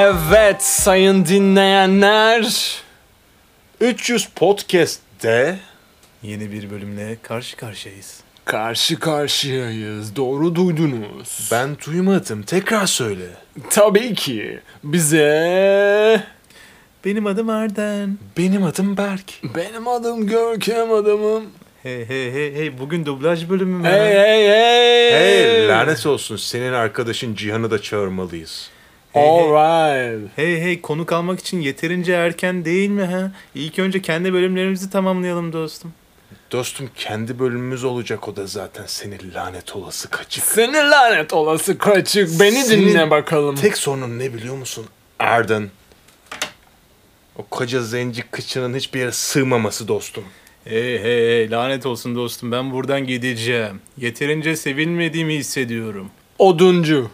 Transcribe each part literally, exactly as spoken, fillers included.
Evet sayın dinleyenler, üç yüz Podcast'te yeni bir bölümle karşı karşıyayız. Karşı karşıyayız. Doğru duydunuz. Ben duymadım. Tekrar söyle. Tabii ki. Bize... Benim adım Arden. Benim adım Berk. Benim adım Görkem adamım. Hey hey hey hey. Bugün dublaj bölümü mü? Hey hey hey. Hey lanet olsun. Senin arkadaşın Cihan'ı da çağırmalıyız. Hey, alright. Hey hey konuk almak için yeterince erken değil mi ha? İlk önce kendi bölümlerimizi tamamlayalım dostum. Dostum kendi bölümümüz olacak o da zaten. Senin lanet olası kaçık. Senin lanet olası kaçık. Beni Senin dinle bakalım. Tek sorunun ne biliyor musun? Arden. O koca zenci kıçının hiçbir yere sığmaması dostum. Hey hey hey lanet olsun dostum, ben buradan gideceğim. Yeterince sevilmediğimi hissediyorum. Oduncu.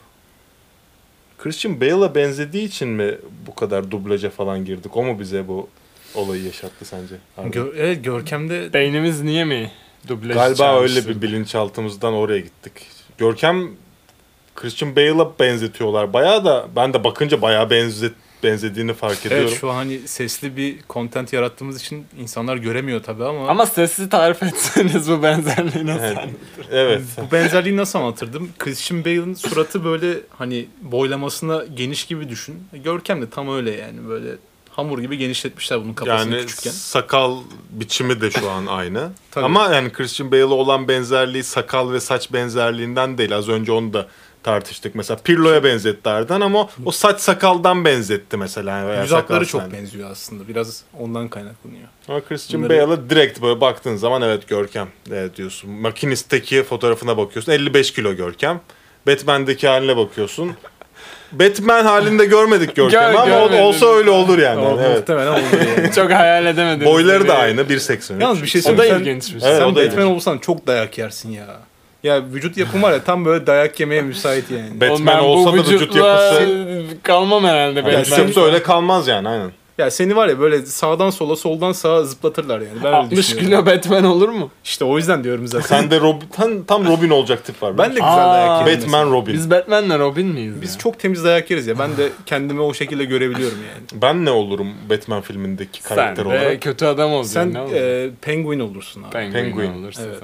Christian Bale'a benzediği için mi bu kadar dublaja falan girdik? O mu bize bu olayı yaşattı sence? Gör, evet Görkem'de... Beynimiz niye mi dublaj Galiba çağrıştırdı? öyle bir bilinçaltımızdan oraya gittik. Görkem Christian Bale'a benzetiyorlar. Bayağı da ben de bakınca bayağı benzet, benzediğini fark ediyorum. Evet, şu an hani sesli bir content yarattığımız için insanlar göremiyor tabii ama... Ama sesli tarif etseniz bu benzerliği nasıl Evet. anlatır? Evet. Bu benzerliği nasıl anlatırdım? Christian Bale'ın suratı böyle hani boylamasına geniş gibi düşün. Görkem de tam öyle yani, böyle hamur gibi genişletmişler bunun kafasını Yani küçükken. sakal biçimi de şu an aynı. Tabii. Ama yani Christian Bale'a olan benzerliği sakal ve saç benzerliğinden değil. Az önce onu da tartıştık. Mesela Pirlo'ya benzetti Arden ama o saç sakaldan benzetti mesela. Veya Yüz hatları sakal çok sende. benziyor aslında. Biraz ondan kaynaklanıyor. Ama Christian Bunları... Bale'a direkt böyle baktığın zaman evet Görkem evet diyorsun. Makinist'teki fotoğrafına bakıyorsun. elli beş kilo Görkem. Batman'deki haline bakıyorsun. Batman halinde görmedik Görkem'i Gör- ama o- görmedim. olsa öyle olur yani. O, evet. Muhtemelen olur yani. Çok hayal edemedim. Boyları da aynı bir seksen üç. Yalnız bir şey O da söyleyeyim. Sen, ilginçmiş. Evet, sen o da Batman ilginç. olsan çok dayak yersin ya. Ya vücut yapım var ya, tam böyle dayak yemeye müsait yani. Batman Oğlum ben olsa bu da vücut vücutla yapısı... kalmam herhalde. Yani Batman. sırf öyle kalmaz yani aynen. Ya seni var ya böyle sağdan sola soldan sağa zıplatırlar yani. Ben öyle altmış düşünüyorum. kilo Batman olur mu? İşte o yüzden diyorum zaten. Sen de Robin, tam, tam Robin olacak tip var. Ben de biliyor güzel Aa, dayak yerim. musun? Batman mesela. Robin. Biz Batman'le Robin miyiz? Biz ya? çok temiz dayak yeriz ya. Ben de kendimi o şekilde görebiliyorum yani. Ben ne olurum Batman filmindeki karakter Sen de olarak? kötü adam olacaksın. Sen ne olacaksın? e, Penguin olursun abi. Penguin, Penguin. olursun Evet. sen.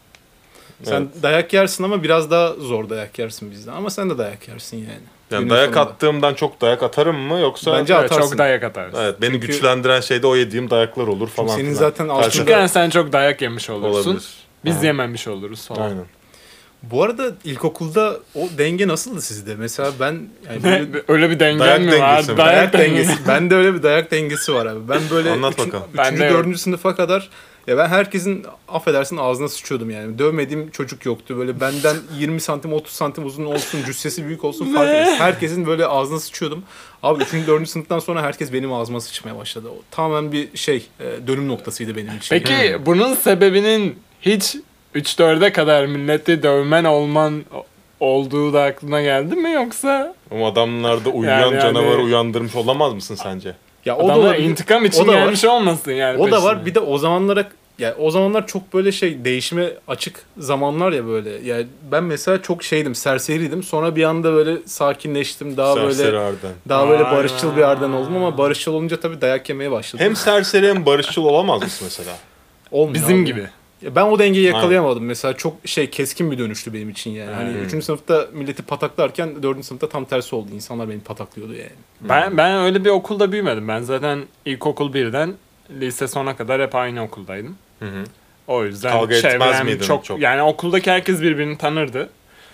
Sen Evet. dayak yersin ama biraz daha zor dayak yersin bizden. Ama sen de dayak yersin yani. Yani Günün dayak sonunda. attığımdan çok dayak atarım mı yoksa? Bence Evet, atarsın. çok dayak atarsın. Evet, beni Çünkü- güçlendiren şey de o yediğim dayaklar olur falan. senin filan. zaten altında- Çünkü yani sen çok dayak yemiş olursun. olabilir. Biz Aha. yememiş oluruz falan. Aynen. Bu arada ilkokulda o denge nasıldı sizde? Mesela ben yani Ne, böyle öyle bir dengen Dayak mi dengesi var? mi? Dayak, dayak dengesi. dengesi. Bende öyle bir dayak dengesi var abi. Ben böyle Anlat üçün- bakalım. Ben üçüncü, de yok. dördüncü sınıfa kadar ya ben herkesin affedersin ağzına sıçıyordum yani. Dövmediğim çocuk yoktu. Böyle benden yirmi santim otuz santim uzun olsun, cüssesi büyük olsun fark etmez. Herkesin böyle ağzına sıçıyordum. Abi üçüncü dördüncü sınıftan sonra herkes benim ağzıma sıçmaya başladı. O tamamen bir şey e, dönüm noktasıydı benim için. Peki bunun sebebinin hiç üç dörde kadar milleti dövmen olman olduğu da aklına geldi mi yoksa Ama adamlarda uyuyan Yani- yani- canavarı uyandırmış olamaz mısın sence? Ya o da adamlar olabilir. intikam için O da var. gelmiş olmasın yani O da var. peşine? Bir de o zamanlara yani o zamanlar çok böyle şey değişime açık zamanlar ya böyle. Yani ben mesela çok şeydim, serseriydim. Sonra bir anda böyle sakinleştim. Daha Serseri böyle Arden. daha böyle Vay barışçıl vay. bir Arden oldum ama barışçıl olunca tabii dayak yemeye başladım. Hem serseri hem barışçıl olamaz mısın mesela? Olmuyor Bizim abi. gibi. Ya ben o dengeyi yakalayamadım. Mesela çok şey keskin bir dönüştü benim için yani. Hani Hmm. üçüncü sınıfta milleti pataklarken dördüncü sınıfta tam tersi oldu. İnsanlar beni pataklıyordu yani. Ben ben öyle bir okulda büyümedim. Ben zaten ilkokul birden lise sona kadar hep aynı okuldaydım. Hı hı. O yüzden Kavga etmez çevrem miydin çok, çok? yani okuldaki herkes birbirini tanırdı.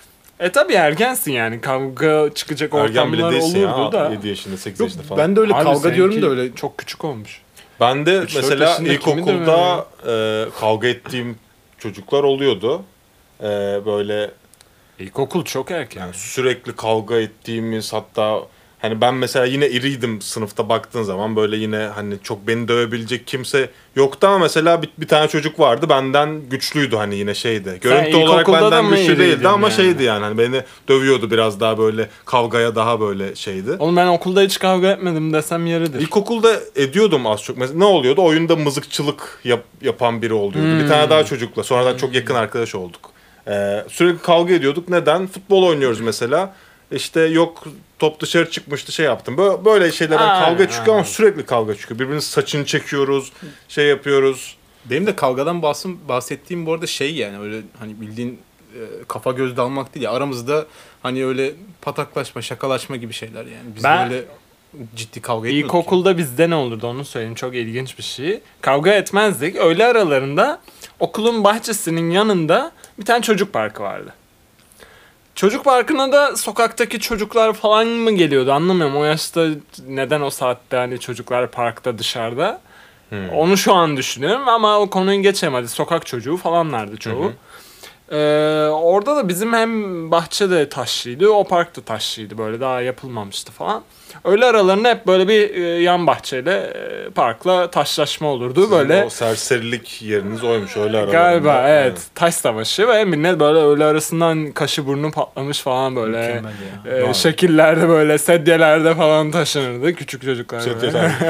E tabii ergensin yani kavga çıkacak Ergen ortamlar bile değilsin olurdu ya. da. yedi yaşında sekiz Yok, yaşında falan. ben de öyle Abi kavga diyorum seninki da öyle. çok küçük olmuş. Ben de üç dört mesela yaşında kimi ilkokulda e, kavga ettiğim çocuklar oluyordu. E, böyle İlkokul çok erken. yani sürekli kavga ettiğimiz, hatta hani ben mesela yine iriydim sınıfta, baktığın zaman böyle yine hani çok beni dövebilecek kimse yoktu ama mesela bir, bir tane çocuk vardı benden güçlüydü, hani yine şeydi. Görüntü olarak ilkokulda da benden mı güçlü iriydin değildi ama yani? şeydi yani hani beni dövüyordu, biraz daha böyle kavgaya daha böyle şeydi. Oğlum ben okulda hiç kavga etmedim desem yeridir. İlkokulda ediyordum az çok. Mesela ne oluyordu? Oyunda mızıkçılık yap, yapan biri oluyordu. Hmm. Bir tane daha çocukla. Sonradan çok yakın arkadaş olduk. Ee, sürekli kavga ediyorduk. Neden? Futbol oynuyoruz mesela. İşte yok top dışarı çıkmıştı şey yaptım. Böyle, böyle şeylerden Aynen, kavga çıkıyor ama aynen. sürekli kavga çıkıyor. Birbirinin saçını çekiyoruz, şey yapıyoruz. Benim de kavgadan bahsim, bahsettiğim bu arada şey yani öyle hani bildiğin e, kafa göz dalmak değil ya. Aramızda hani öyle pataklaşma, şakalaşma gibi şeyler yani. Biz Ben- böyle ciddi kavga etmiyorduk. İlkokulda bizde ne olurdu onu söyleyeyim. Çok ilginç bir şey. Kavga etmezdik. Öğle aralarında okulun bahçesinin yanında bir tane çocuk parkı vardı. Çocuk parkına da sokaktaki çocuklar falan mı geliyordu anlamıyorum. O yaşta neden o saatte hani çocuklar parkta dışarıda. Hmm. Onu şu an düşünüyorum ama o konuyu geçelim hadi. Sokak çocuğu falanlardı çoğu. Hı hı. Ee, orada da bizim hem bahçede taşlıydı, o park da taşlıydı böyle daha yapılmamıştı falan. Öğle aralarında hep böyle bir e, yan bahçeyle e, parkla taşlaşma olurdu Sizin böyle. o serserilik yeriniz oymuş öyle aralarında. Galiba evet Yani. taş savaşı ve millet böyle öğle arasından kaşı burnu patlamış falan böyle. Mükemmel ya. E, Vay. şekillerde böyle sedyelerde falan taşınırdı küçük çocuklar. Şey böyle. diyorlar,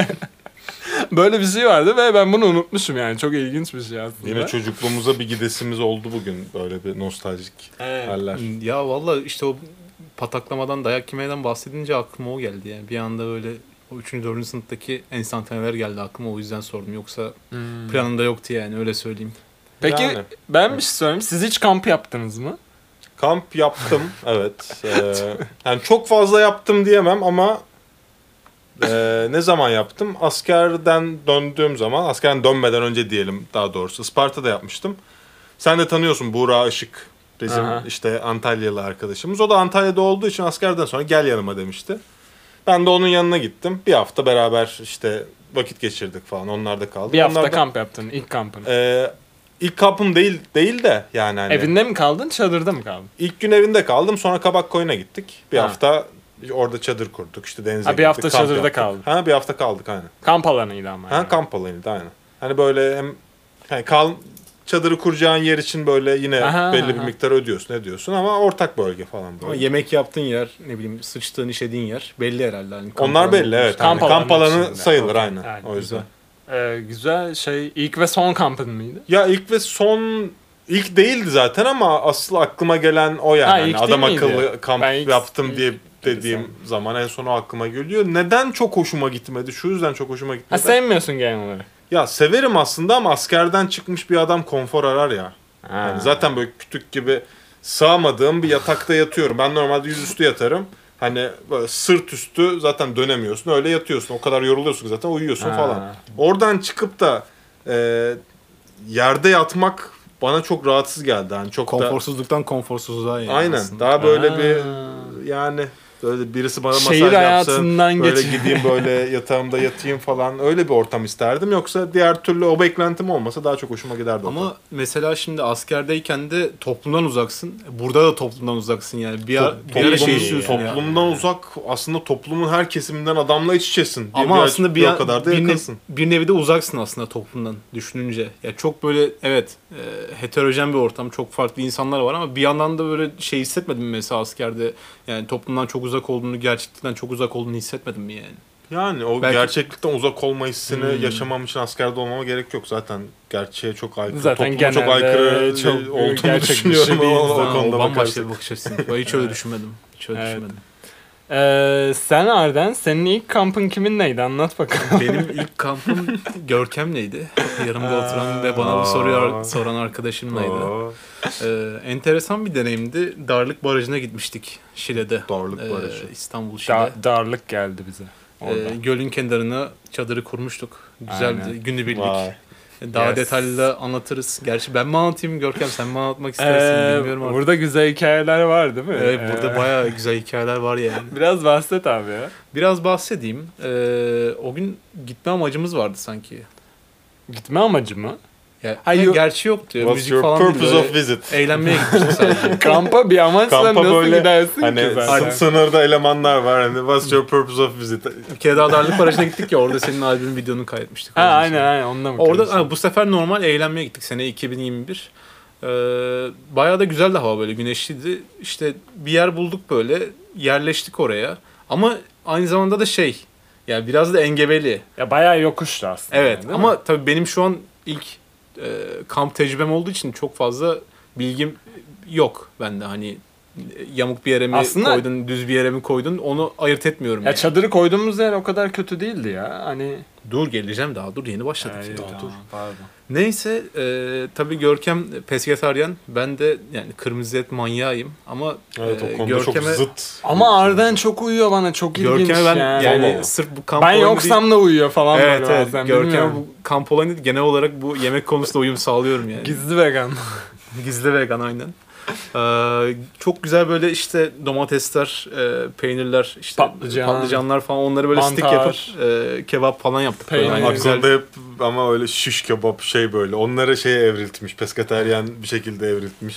Böyle bir şey vardı ve ben bunu unutmuşum yani çok ilginç bir şey aslında. Yine çocukluğumuza bir gidesimiz oldu bugün böyle bir nostaljik Evet. haller. Ya valla işte o pataklamadan, dayak yemeden bahsedince aklıma o geldi yani. Bir anda böyle o üçüncü dördüncü sınıftaki enstantaneler geldi aklıma, o yüzden sordum. Yoksa Hmm. planımda yoktu yani, öyle söyleyeyim. Peki Yani. ben bir şey söyleyeyim. Siz hiç kamp yaptınız mı? Kamp yaptım evet. Ee, yani çok fazla yaptım diyemem ama e, ne zaman yaptım? Askerden döndüğüm zaman, askerden dönmeden önce diyelim daha doğrusu. Isparta'da yapmıştım. Sen de tanıyorsun Buğra Işık. Bizim Aha. işte Antalyalı arkadaşımız. O da Antalya'da olduğu için askerden sonra gel yanıma demişti. Ben de onun yanına gittim. Bir hafta beraber işte vakit geçirdik falan. Onlar da kaldı. Bir hafta Onlar da, kamp yaptın ilk kampın. e, ilk kampım değil değil de yani hani. Evinde mi kaldın çadırda mı kaldın? İlk gün evinde kaldım. Sonra Kabak Koyun'a gittik. Bir Ha. hafta orada çadır kurduk. İşte denize Ha, bir gittik. hafta kamp çadırda yaptık. kaldın. Ha bir hafta kaldık aynen. Kamp alanıydı ama. Ha yani. kamp alanıydı aynen. Hani böyle hem hani kal çadırı kuracağın yer için böyle yine Aha, belli bir aha. miktar ödüyorsun, ne diyorsun ama ortak bölge falan Ama böyle. yemek yaptığın yer, ne bileyim sıçtığın, işediğin yer belli herhalde. Hani kamp Onlar alanı belli evet. olmuş. Kamp, Kamp kamp alanının alanı içinde. sayılır Okey, aynen. yani O yüzden. Ee, güzel şey ilk ve son kampın mıydı? Ya ilk ve son ilk değildi zaten ama asıl aklıma gelen o yani. Ha, Hani ilk değil adam miydi? akıllı kamp Ben ilk- yaptım ilk- diye dediğim zaman en son o aklıma geliyor. Neden çok hoşuma gitmedi? Şu yüzden çok hoşuma Ha gitmedi. sevmiyorsun genel olarak. Ya severim aslında ama askerden çıkmış bir adam konfor arar ya. Ha. Yani zaten böyle kütük gibi sığamadığım bir yatakta yatıyorum. Ben normalde yüzüstü yatarım. Hani böyle sırt üstü zaten dönemiyorsun. Öyle yatıyorsun. O kadar yoruluyorsun ki zaten uyuyorsun Ha. falan. Oradan çıkıp da e, yerde yatmak bana çok rahatsız geldi. Yani çok da Konforsuzluktan konforsuzluğa yani aynen. aslında. Daha böyle Ha. bir yani böyle birisi bana Şehir masaj hayatından yapsın. Böyle geç- gideyim böyle yatağımda yatayım falan. Öyle bir ortam isterdim. Yoksa diğer türlü o beklentim olmasa daha çok hoşuma giderdi. ortam. Ama mesela şimdi askerdeyken de toplumdan uzaksın. Burada da toplumdan uzaksın yani. Bir, ar- bir ara Toplum- şey istiyorsun ya. toplumdan uzak aslında toplumun her kesiminden adamla iç içesin. Bir- Ama bir- aslında bir, bir o kadar da bir, ne- yakınsın. bir nevi de uzaksın aslında toplumdan düşününce. Ya çok böyle evet e, heterojen bir ortam, çok farklı insanlar var ama bir yandan da böyle şey hissetmedim mi mesela askerde, yani toplumdan çok uzak olduğunu, gerçekten çok uzak olduğunu hissetmedim mi yani? Yani o Belki- gerçeklikten uzak olma hissini Hmm. yaşamam için askerde olmama gerek yok. Zaten gerçeğe çok aykırı, Zaten topluma çok genelde aykırı çok olduğunu gerçek bir şey düşünüyorum. değil o, o zaten. Ha, konuda o bambaşka bakarsak. bir bakış açısı. Ben hiç öyle düşünmedim. Hiç öyle Evet. düşünmedim. Ee, sen Arden senin ilk kampın kimin neydi anlat bakalım. Benim ilk kampım Görkem'leydi. Yanımda oturan ve bana bu soruyu ar- soran arkadaşımlaydı. Aa, Ee, enteresan bir deneyimdi. Darlık Barajı'na gitmiştik Şile'de. Darlık Ee, Barajı. İstanbul Şile. Da- darlık geldi bize. Orada. Ee, gölün kenarına çadırı kurmuştuk. Güzeldi. Aynen. Günübirlik. Vay. Daha Yes. detaylı da anlatırız. Gerçi ben mi anlatayım Görkem, sen mi anlatmak istersin Ee, bilmiyorum ama. burada güzel hikayeler var değil mi? Evet, burada Ee, bayağı güzel hikayeler var yani. Biraz bahset abi ya. Biraz bahsedeyim. Ee, o gün gitme amacımız vardı sanki. Gitme amacı mı? Ya, Hayır, ha, yok. gerçi yoktu. What's Müzik your falan değil, purpose böyle of visit? eğlenmeye gitmiştik sadece. Kampa bir amaçla Kampa nasıl böyle gidersin Hani ki zaten? sı- sınırda elemanlar var. Hani what's your purpose of visit? Bir kere daha Darlık Barajı'na gittik ya, orada senin albüm videonu kaydetmiştik. Ha Orada aynen sonra. aynen onunla mı Orada karıştın? ha, bu sefer normal eğlenmeye gittik sene iki bin yirmi bir. Ee, bayağı da güzeldi hava, böyle güneşliydi. İşte bir yer bulduk, böyle yerleştik oraya. Ama aynı zamanda da şey, yani biraz da engebeli. Ya bayağı yokuştu aslında. Evet yani, değil ama mi? tabii benim şu an ilk e, kamp tecrübem olduğu için çok fazla bilgim yok bende. Hani yamuk bir yere mi Aslında- koydun, düz bir yere mi koydun onu ayırt etmiyorum Ya yani. çadırı koyduğumuz yer o kadar kötü değildi ya. Hani Dur geleceğim daha dur yeni başladık. Ay, ya, tamam, dur. pardon. Neyse e, tabii Görkem pesketaryen, ben de yani kırmızı et manyağıyım ama Evet e, o konuda çok Görkem'e- zıt. Ama Arden çok uyuyor bana. Çok ilginç Görkem'e ben yani. yani, Allah. sırf bu kamp Ben olayını yoksam da uyuyor falan değil, evet böyle evet bazen. Görkem'e Bilmiyorum. bu kamp olayını değil, genel olarak bu yemek konusunda uyum sağlıyorum yani. Gizli vegan. Gizli vegan aynen. Ee, çok güzel böyle işte domatesler, e, peynirler, işte Patlıcan, patlıcanlar falan onları böyle stick mantar, yapıp e, kebap falan yaptık. Böyle. peynir. Yani güzel. Aklımda hep ama öyle şiş kebap şey böyle. Onlara şeye evriltmiş. Pesketeryen bir şekilde evriltmiş.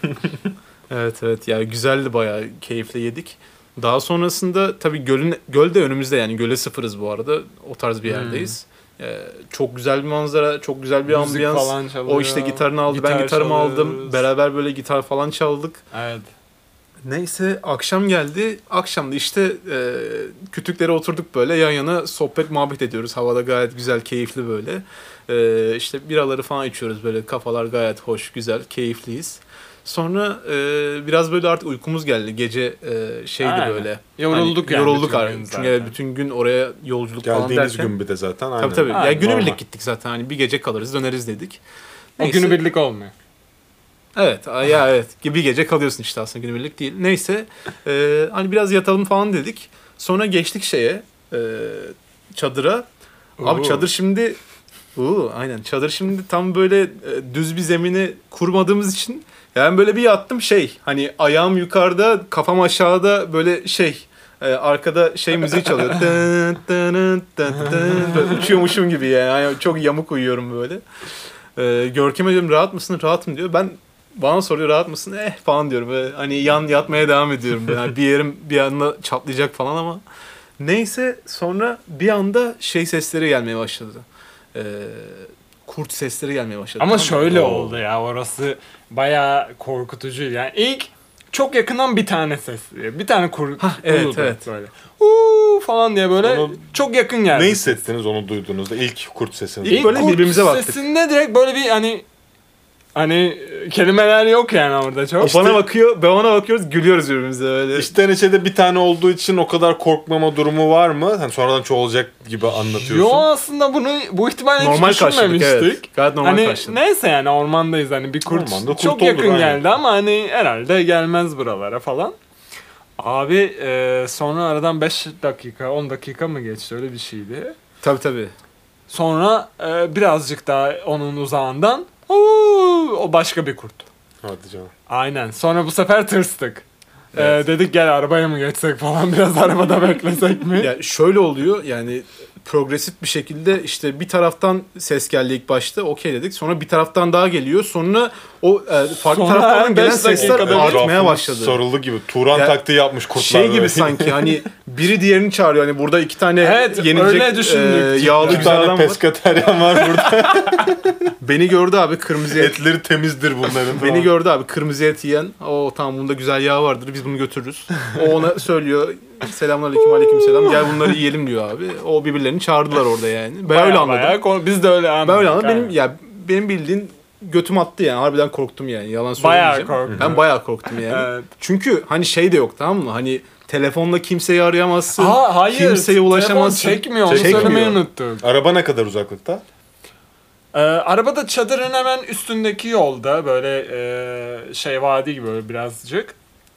Evet evet yani güzeldi, bayağı keyifle yedik. Daha sonrasında tabii gölün göl de önümüzde, yani göle sıfırız bu arada. O tarz bir yerdeyiz. Ee, çok güzel bir manzara, çok güzel bir Müzik ambiyans. falan çalıyor. O işte gitarını aldı, ben Gitar gitarımı aldım. çalıyoruz. Beraber böyle gitar falan çaldık. Evet. Neyse akşam geldi. Akşam da işte e, kütüklere oturduk böyle yan yana sohbet muhabbet ediyoruz. Havada gayet güzel, keyifli böyle. E, işte biraları falan içiyoruz böyle, kafalar gayet hoş, güzel, keyifliyiz. Sonra e, biraz böyle artık uykumuz geldi. Gece e, şeydi Aynen. böyle. Yorulduk Hani yani Yorulduk bütün artık. gün Çünkü zaten. evet, bütün gün oraya yolculuk falan Geldiğiniz derken. gün bir de zaten. Aynen. Tabii tabii. Ya Aynen, günübirlik normal. gittik zaten. Hani bir gece kalırız, döneriz dedik. O Neyse. günübirlik olmuyor. Evet, a- ya evet. Bir gece kalıyorsun işte, aslında günübirlik değil. Neyse, e, hani biraz yatalım falan dedik. Sonra geçtik şeye, e, çadıra. Abi Oo. çadır şimdi, uu, aynen çadır şimdi tam böyle e, düz bir zemini kurmadığımız için, yani böyle bir yattım şey, hani ayağım yukarıda, kafam aşağıda, böyle şey, e, arkada şey müziği çalıyor. Tın tın tın tın tın. Böyle uçuyormuşum gibi yani. Yani çok yamuk uyuyorum böyle. Ee, Görkem'e diyorum rahat mısın? Rahatım diyor. Ben bana soruyor rahat mısın? Eh falan diyorum. Böyle, hani yan yatmaya devam ediyorum. Böyle. Yani bir yerim bir anda çatlayacak falan ama. Neyse sonra bir anda şey sesleri gelmeye başladı. Ee, kurt sesleri gelmeye başladı. Ama Tamam mı? şöyle Oo. oldu ya, orası bayağı korkutucu. Yani ilk çok yakından bir tane ses. Bir tane kur Hah, evet, uludu evet. böyle. Uuu falan diye böyle Onu- çok yakın geldi. Ne hissettiniz onu duyduğunuzda? İlk kurt sesini. İlk böyle kurt birbirimize baktık. sesinde direkt böyle bir hani hani kelimeler yok yani orada çok. O bana bakıyor, ben ona bakıyoruz, gülüyoruz birbirimize öyle. İçten içe de bir tane olduğu için o kadar korkmama durumu var mı? Hani sonradan çoğalacak gibi anlatıyorsun. Yo, aslında bunu bu ihtimalle normal hiç karşıladık, düşünmemiştik. evet. Gayet normal Hani karşıladık. neyse yani ormandayız, hani bir kurt, Ormanda kurt çok olur, yakın aynen. geldi ama hani herhalde gelmez buralara falan. Abi e, sonra aradan beş dakika on dakika mı geçti, öyle bir şeydi. Tabii tabii. Sonra e, birazcık daha onun uzağından "Uuu!" o başka bir kurt. Hadi canım. Aynen. Sonra bu sefer tırstık. E, Evet. dedik gel arabaya mı geçsek falan, biraz arabada beklesek mi? Ya şöyle oluyor yani, progresif bir şekilde işte bir taraftan ses geldi ilk başta, okey dedik. Sonra bir taraftan daha geliyor. Sonra o e, farklı Sonra taraflardan beş gelen sesler dakikada artmaya Etrafımız başladı. Sarıldı gibi. Turan Ya, taktiği yapmış kurtlar. Şey gibi böyle. sanki hani biri diğerini çağırıyor. Hani burada iki tane Evet, yenilecek öyle düşündük e, cidden. yağlı Bir güzel tane adam var. pesketeryan var burada. Beni gördü abi, kırmızı et. Etleri temizdir bunların. Beni gördü abi, kırmızı et yiyen. O tamam, bunda güzel yağ vardır, biz bunu götürürüz. O ona söylüyor. Selamünaleyküm, aleykümselam. Gel bunları yiyelim diyor abi. O birbirlerini çağırdılar orada yani. Ben Bayağı öyle anladım. bayağı konu- biz de öyle anladık. Ben öyle anladım. aynen. Benim ya benim bildiğin götüm attı yani. Harbiden korktum yani. Yalan Bayağı söylemeyeceğim. korktum. Ben bayağı korktum yani. Evet. Çünkü hani şey de yok, tamam mı? Hani telefonla kimseyi arayamazsın. Aa, hayır. Kimseye ulaşamazsın. Telefon çekmiyor. Onu Çekmiyor. söylemeyi unuttuk. Araba ne kadar uzaklıkta? Ee, arabada çadırın hemen üstündeki yolda böyle e, şey vadi gibi böyle birazcık.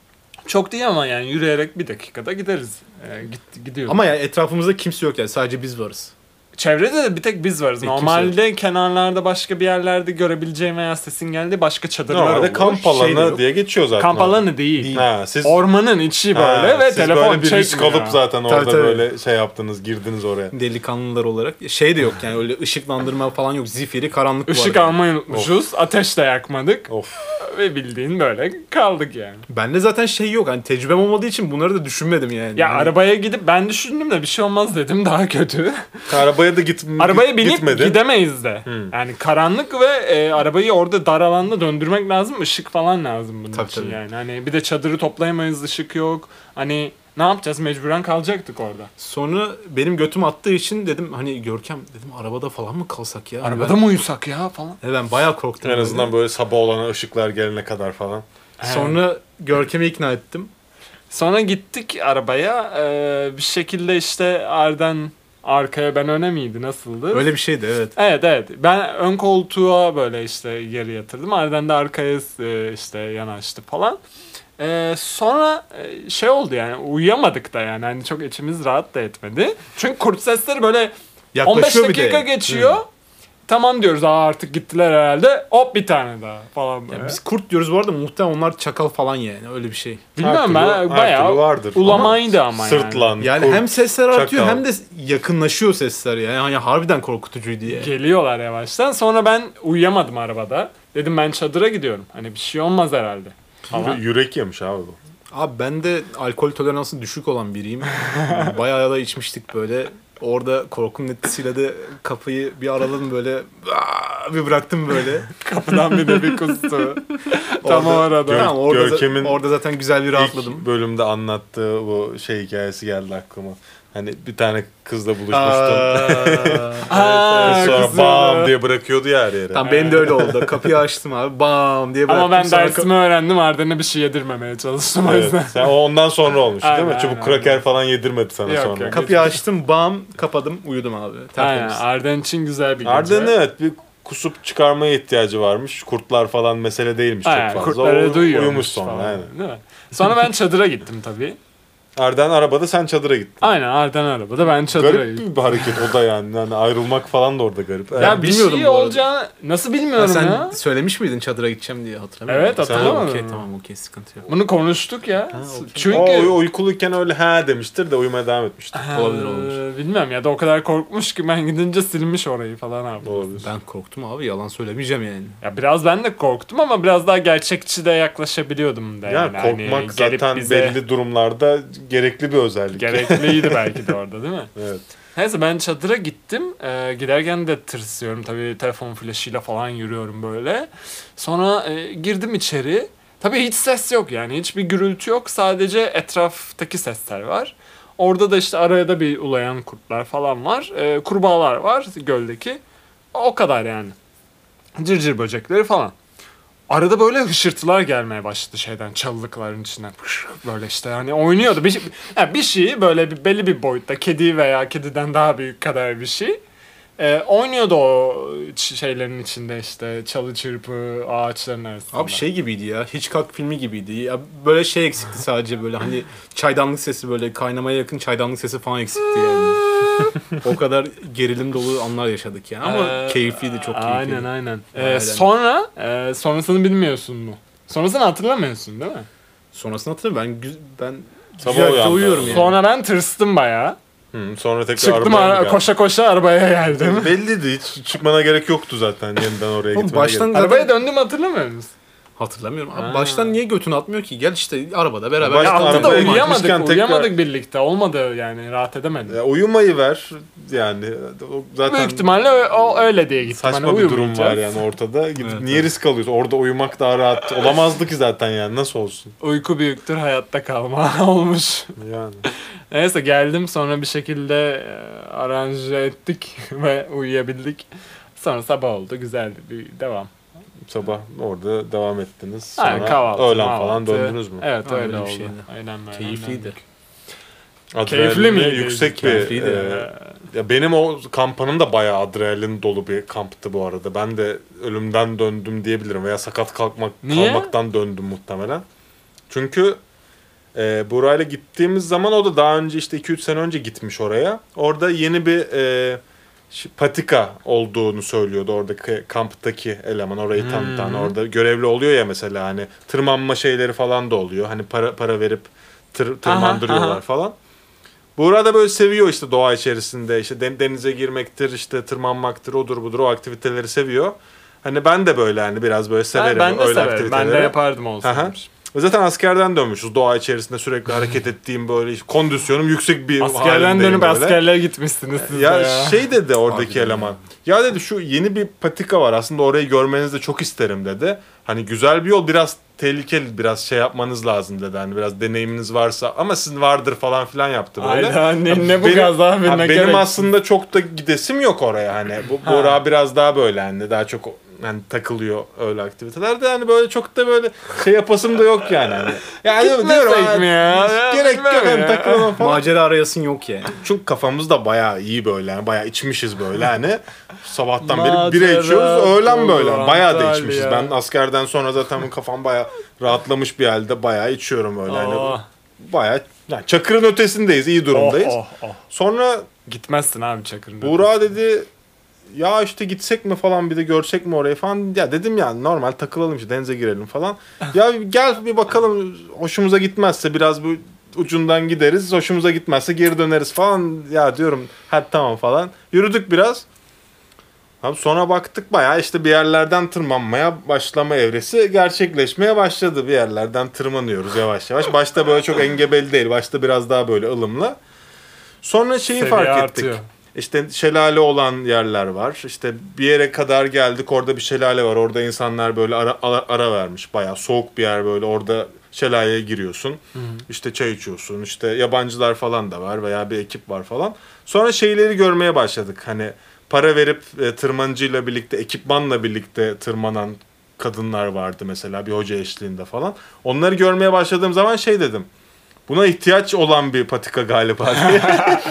Çok değil ama yani yürüyerek bir dakikada gideriz. Ee, git, gidiyoruz. Ama yani etrafımızda kimse yok yani. Sadece biz varız. Çevrede de bir tek biz varız. Bir kimse Normalde kenarlarda başka bir yerlerde görebileceğim veya sesin geldiği başka çadırlar Normalde olur. kamp Şey de alanı yok. diye geçiyor zaten. Kamp orada. alanı değil. Ha, siz Ormanın içi böyle Ha, ve siz telefon böyle bir risk çekmiyor. alıp zaten Tabii, orada tabii. böyle şey yaptınız, girdiniz oraya. Delikanlılar olarak. Şey de yok yani, öyle ışıklandırma falan yok. Zifiri karanlık var. Işık yani. almayı unutmuşuz. Ateş de yakmadık. Of. Ve bildiğin böyle kaldık yani. Bende zaten şey yok. Hani tecrübem olmadığı için bunları da düşünmedim yani. Ya Hani arabaya gidip ben düşündüm de bir şey olmaz dedim, daha kötü. Arabaya da git Arabaya binip gitmedin. gidemeyiz de. Hmm. Yani karanlık ve e, arabayı orada dar alanda döndürmek lazım. Işık falan lazım bunun Tabii, için tabii. yani. Hani bir de çadırı toplayamayız, ışık yok. Hani ne yapacağız? Mecburen kalacaktık orada. Sonra benim götüm attığı için dedim hani Görkem dedim, arabada falan mı kalsak ya? Hani Arabada mı uyusak ya falan. ben, ben bayağı korktum. En böyle. azından böyle sabah olana ışıklar gelene kadar falan. Sonra Görkem'i ikna ettim. Sonra gittik arabaya. Ee, bir şekilde işte Arden arkaya, ben öne miydi? Nasıldı? Öyle bir şeydi evet. Evet evet. Ben ön koltuğa böyle işte geri yatırdım. Arden de arkaya e, işte yanaştı falan. Ee, sonra e, şey oldu yani, uyuyamadık da yani. Hani çok içimiz rahat da etmedi. Çünkü kurt sesleri böyle on beş Yaklaşıyor bir de. dakika geçiyor. Hı. Tamam diyoruz, aa artık gittiler herhalde. Hop bir tane daha falan böyle. Ya biz kurt diyoruz bu arada, muhtemelen onlar çakal falan yani, öyle bir şey. Bilmiyorum, Her ben türlü- her bayağı türlü vardır. ulamaydı ama, yani. Sırtlan, Yani kurt, hem sesler artıyor çakal. hem de yakınlaşıyor sesler yani. Hani harbiden korkutucuydu yani. Geliyorlar yavaştan. Sonra ben uyuyamadım arabada. Dedim ben çadıra gidiyorum. Hani bir şey olmaz herhalde. Falan. Yürek yemiş abi bu. Abi ben de alkol toleransı düşük olan biriyim. Bayağı da içmiştik böyle. Orada korkunun etkisiyle de kapıyı bir araladım böyle. Aa, bir bıraktım böyle. Kapıdan bir de bir kustu. Tam o Orada- arada. Tamam, orada, Görkem'in za- orada zaten güzel bir rahatladım. İlk bölümde anlattığı bu şey hikayesi geldi aklıma. Hani bir tane kızla buluşmuştum. Aa, Aa, evet, evet. Sonra kızı. bam diye bırakıyordu ya her yere. Tamam, benim de öyle oldu. Kapıyı açtım abi, bam diye bıraktım. Ama ben Sonra dersimi öğrendim. Arden'e bir şey yedirmemeye çalıştım o Evet. yüzden. Sen o ondan sonra olmuş değil mi? Aynen, Çubuk aynen, kraker aynen. falan yedirmedi sana Yok, sonra. yok. kapıyı açtım, bam kapadım, uyudum abi. Aynen. Tertemiz. Arden için güzel bir gece. Arden evet bir kusup çıkarmaya ihtiyacı varmış. Kurtlar falan mesele değilmiş Aynen, çok fazla. kurtları O duyuyormuş uyumuş sonra. falan, Aynen. değil mi? Sonra ben çadıra gittim tabii. Arden arabada, sen çadıra gittin. Aynen, Arden arabada, ben çadıra Garip gittim. bir hareket o da yani. Yani ayrılmak falan da orada garip. Ya Evet. bir bilmiyordum şey bu arada. olacağını nasıl Ha, bilmiyorum sen ya. söylemiş miydin çadıra gideceğim diye, hatırlamıyorum. Evet, hatırlamadım. Okey, tamam okey, sıkıntı yok. Bunu konuştuk ya. Ha, okey. Çünkü O uy- uykuluyken öyle ha demiştir de uyumaya devam etmiştir. Ha, Olabilir, olabilir. Bilmem ya da o kadar korkmuş ki ben gidince silmiş orayı falan abi. Olabilir. Ben korktum abi, yalan söylemeyeceğim yani. Ya biraz ben de korktum ama biraz daha gerçekçi de yaklaşabiliyordum da Yani, yani. korkmak Hani gelip zaten bize belli durumlarda gerekli bir özellik. gerekliydi belki de orada, değil mi? Evet. Neyse ben çadıra gittim. Ee, giderken de tırsıyorum tabii, telefon flaşıyla falan yürüyorum böyle. Sonra e, girdim içeri. Tabii hiç ses yok yani, hiçbir gürültü yok. Sadece etraftaki sesler var. Orada da işte araya da bir ulayan kurtlar falan var. Ee, kurbağalar var göldeki. O kadar yani. Cırcır böcekleri falan. Arada böyle hışırtılar gelmeye başladı şeyden, çalılıkların içinden. Böyle işte hani oynuyordu. Bir, yani bir şey böyle bir, belli bir boyutta, kedi veya kediden daha büyük kadar bir şey. Ee, oynuyordu o ç- şeylerin içinde işte, çalı çırpı ağaçların arasında. Abi şey gibiydi ya, Hitchcock filmi gibiydi. Ya böyle şey eksikti sadece, böyle hani çaydanlık sesi, böyle kaynamaya yakın çaydanlık sesi falan eksikti yani. O kadar gerilim dolu anlar yaşadık yani, ama Ee, keyifliydi, çok keyifliydi. Aynen aynen. Ee, Aynen. sonra e, sonrasını bilmiyorsun mu? Sonrasını hatırlamıyorsun değil mi? Sonrasını hatırlamıyorum, ben gü- ben Sabah güzel uyandı. uyuyorum yani. Sonra ben tırstım bayağı. Hı, sonra tekrar Çıktım arabaya mı ara- geldin? koşa koşa arabaya geldim. Belliydi, hiç çıkmana gerek yoktu zaten yeniden oraya Oğlum gitmene baştan gerek. zaten Arabaya döndüm, hatırlamıyor musun? hatırlamıyorum. Abi Ha. baştan niye götünü atmıyor ki? Gel işte arabada beraber. Baştan Ya altıda arabaya uyuyamadık, gitmişken tekrar- uyuyamadık birlikte. Olmadı yani, rahat edemedim. Ya, uyumayı ver yani. O zaten Büyük ihtimalle ö- o öyle diye gittim. saçma Hani bir durum uyumayacağız. var yani ortada. Gidip Evet, niye evet. risk alıyorsun? Orada uyumak daha rahat olamazdı ki zaten yani. Nasıl olsun? Uyku büyüktür hayatta kalma olmuş. Yani. Neyse geldim, sonra bir şekilde e, aranje ettik ve uyuyabildik. Sonra sabah oldu, güzeldi, bir devam. Sabah orada devam ettiniz. Aynen, Sonra kahvaltı, öğlen mahvaltı. falan döndünüz mü? Evet Ha, öyle öyle bir oldu. şeydi. Aynen öyle. Keyifliydi. Keyifli Adrenalini miydi? yüksek bir... Keyifliydi. e, ya benim o kampanım da bayağı adrenalin dolu bir kamptı bu arada. Ben de ölümden döndüm diyebilirim veya sakat kalkmak Niye? kalmaktan döndüm muhtemelen. Çünkü e, Buray'la gittiğimiz zaman o da daha önce işte iki üç sene önce gitmiş oraya. Orada yeni bir e, şi- patika olduğunu söylüyordu oradaki kamptaki eleman, orayı tanıtan. Hmm. Orada görevli oluyor ya mesela, hani tırmanma şeyleri falan da oluyor. Hani para para verip tır, tırmandırıyorlar aha. falan. Buğra da böyle seviyor işte doğa içerisinde, işte den- denize girmektir, işte tırmanmaktır, odur budur, o aktiviteleri seviyor. Hani ben de böyle hani biraz böyle severim ben de öyle severim. aktiviteleri. Ben de yapardım Aha. olsaydım. Ve zaten askerden dönmüşüz. Doğa içerisinde sürekli hareket ettiğim, böyle kondisyonum yüksek bir Askerden halindeyim dönüp böyle. askerliğe gitmişsiniz siz Ya, de ya. şey dedi oradaki Harbiden eleman. Ya dedi şu yeni bir patika var, aslında orayı görmenizi de çok isterim dedi. Hani güzel bir yol, biraz tehlikeli, biraz şey yapmanız lazım dedi. Hani biraz deneyiminiz varsa, ama sizin vardır falan filan yaptı böyle. Ayda ne, Ya ne bu benim- gaz abi, ha, ne benim gerek? aslında çok da gidesim yok oraya hani. Bu Ha. Buğra biraz daha böyle hani daha çok yani takılıyor öyle aktivitelerde. Yani böyle çok da böyle şey yapasım da yok yani. Hani. Yani Gitmesek mi ya? Gerek yok hani ya. takılalım falan. Macera arayasın yok yani. Çünkü kafamız da bayağı iyi böyle yani bayağı içmişiz böyle hani sabahtan beri Macera bira içiyoruz öğlen böyle dolu bayağı da Antalya. içmişiz. Ben askerden sonra zaten kafam bayağı rahatlamış bir halde bayağı içiyorum öyle hani Oh. bayağı yani Çakır'ın ötesindeyiz iyi durumdayız. Oh, oh, oh. Sonra Gitmezsin abi Çakır'ın. Buğra dedi ya işte gitsek mi falan bir de görsek mi orayı falan. Ya dedim ya normal takılalım işte denize girelim falan. Ya gel bir bakalım hoşumuza gitmezse biraz bu ucundan gideriz. Hoşumuza gitmezse geri döneriz falan. Ya diyorum hadi tamam falan. Yürüdük biraz. Abi sonra baktık bayağı işte bir yerlerden tırmanmaya başlama evresi gerçekleşmeye başladı. Bir yerlerden tırmanıyoruz yavaş yavaş. Başta böyle çok engebeli değil. Başta biraz daha böyle ılımlı. Sonra şeyi Seviye fark ettik. artıyor. İşte şelale olan yerler var. İşte bir yere kadar geldik. Orada bir şelale var. Orada insanlar böyle ara, ara, ara vermiş. Bayağı soğuk bir yer böyle. Orada şelaleye giriyorsun. Hı hı. İşte çay içiyorsun. İşte yabancılar falan da var veya bir ekip var falan. Sonra şeyleri görmeye başladık. Hani para verip e, tırmancıyla birlikte, ekipmanla birlikte tırmanan kadınlar vardı mesela bir hoca eşliğinde falan. Onları görmeye başladığım zaman şey dedim. Buna ihtiyaç olan bir patika galiba diye.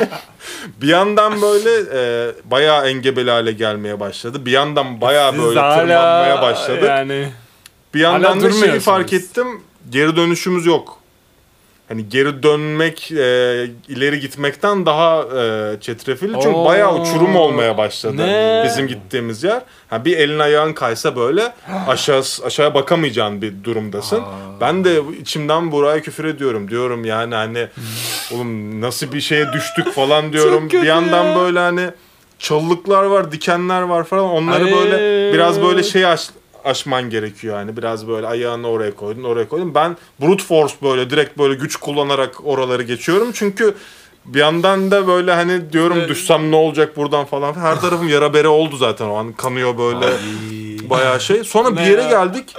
Bir yandan böyle e, bayağı engebeli hale gelmeye başladı. Bir yandan bayağı Siz böyle hala tırmanmaya başladık. Yani Bir yandan hala da şeyi durmuyorsunuz. fark ettim. Geri dönüşümüz yok. Hani geri dönmek, e, ileri gitmekten daha e, çetrefilli. Çünkü Oo. bayağı uçurum olmaya başladı Ne? bizim gittiğimiz yer. Ha, bir elin ayağın kaysa böyle aşağı aşağıya bakamayacağın bir durumdasın. Ben de içimden Burak'a küfür ediyorum. Diyorum yani hani oğlum nasıl bir şeye düştük falan diyorum. Çok kötü Bir yandan ya. böyle hani çalılıklar var, dikenler var falan. Onları Ay. böyle biraz böyle şey aş, aşman gerekiyor yani. Biraz böyle ayağını oraya koydun, oraya koydun. Ben brute force böyle direkt böyle güç kullanarak oraları geçiyorum. Çünkü bir yandan da böyle hani diyorum Evet. düşsem ne olacak buradan falan. Her tarafım yara bere oldu zaten o an. Kanıyor böyle bayağı şey. Sonra bir Ne yere ya? geldik.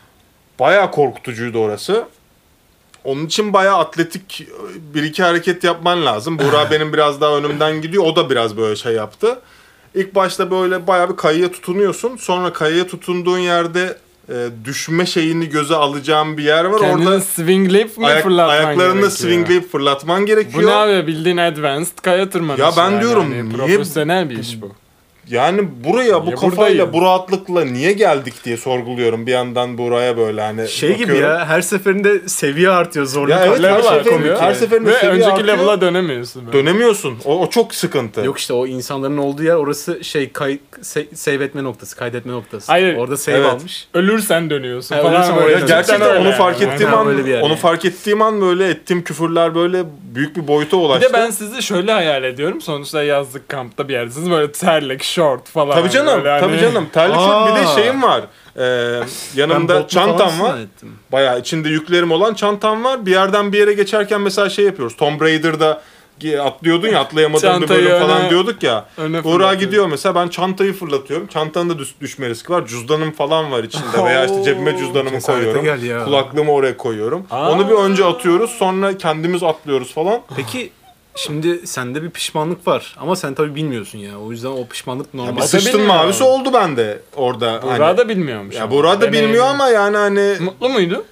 Bayağı korkutucuydu orası. Onun için bayağı atletik bir iki hareket yapman lazım. Buğra benim biraz daha önümden gidiyor. O da biraz böyle şey yaptı. İlk başta böyle bayağı bir kayaya tutunuyorsun. Sonra kayaya tutunduğun yerde e, düşme şeyini göze alacağın bir yer var. kendini Orada swingleyip mi ayak, fırlatman ayaklarını gerekiyor? swingleyip fırlatman gerekiyor. Bu ne abi bildiğin advanced kaya tırmanışı. Ya ben yani. diyorum, Hani niye- profesyonel bir iş bu. Yani buraya bu Niye kafayla buradayım? bu rahatlıkla niye geldik diye sorguluyorum. Bir yandan Buğra'ya böyle hani Şey gibi bakıyorum. ya her seferinde seviye artıyor zorluk Ya evet, artıyor. her Level seferinde- artıyor. her seferinde Ve seviye önceki artıyor. level'a dönemiyorsun. böyle. Dönemiyorsun. O, o çok sıkıntı. Yok işte o insanların olduğu yer orası şey kay, se- save etme noktası, kaydetme noktası. Hayır. Orada save Evet. almış. Ölürsen dönüyorsun Ha, falan. ölürsen böyle. oraya Ya gerçekten Cidden öyle onu fark yani. ettiğim Aynen an öyle bir yer onu yani. fark ettiğim an böyle ettiğim küfürler böyle büyük bir boyuta Bir ulaştı. de ben sizi şöyle hayal ediyorum. Sonuçta yazlık kampta bir yerdesiniz. Böyle terlik, short falan. Tabii canım, Böyle hani- tabii canım. Terlik şort bir de Aa. şeyim var. Ee, yanımda botlu falan çantam var. zannettim. Bayağı içinde yüklerim olan çantam var. Bir yerden bir yere geçerken mesela şey yapıyoruz. Tomb Raider'da atlıyordun ya atlayamadığın bir Çantayı bölüm falan öne- diyorduk ya. öne Buğra fırlatıyor. gidiyor mesela ben çantayı fırlatıyorum. Çantanın da düş- düşme riski var. Cüzdanım falan var içinde veya işte cebime cüzdanımı Cesarete koyuyorum. gel ya. Kulaklığımı oraya koyuyorum. Aa. Onu bir önce atıyoruz sonra kendimiz atlıyoruz falan. Peki şimdi sende bir pişmanlık var ama sen tabii bilmiyorsun ya. O yüzden o pişmanlık normal. Bir O da sıçtın bilmiyor. mavisi oldu bende orada. Buğra hani. da bilmiyormuş. Ya ama. Buğra da Deneyim. bilmiyor ama yani hani Mutlu muydu?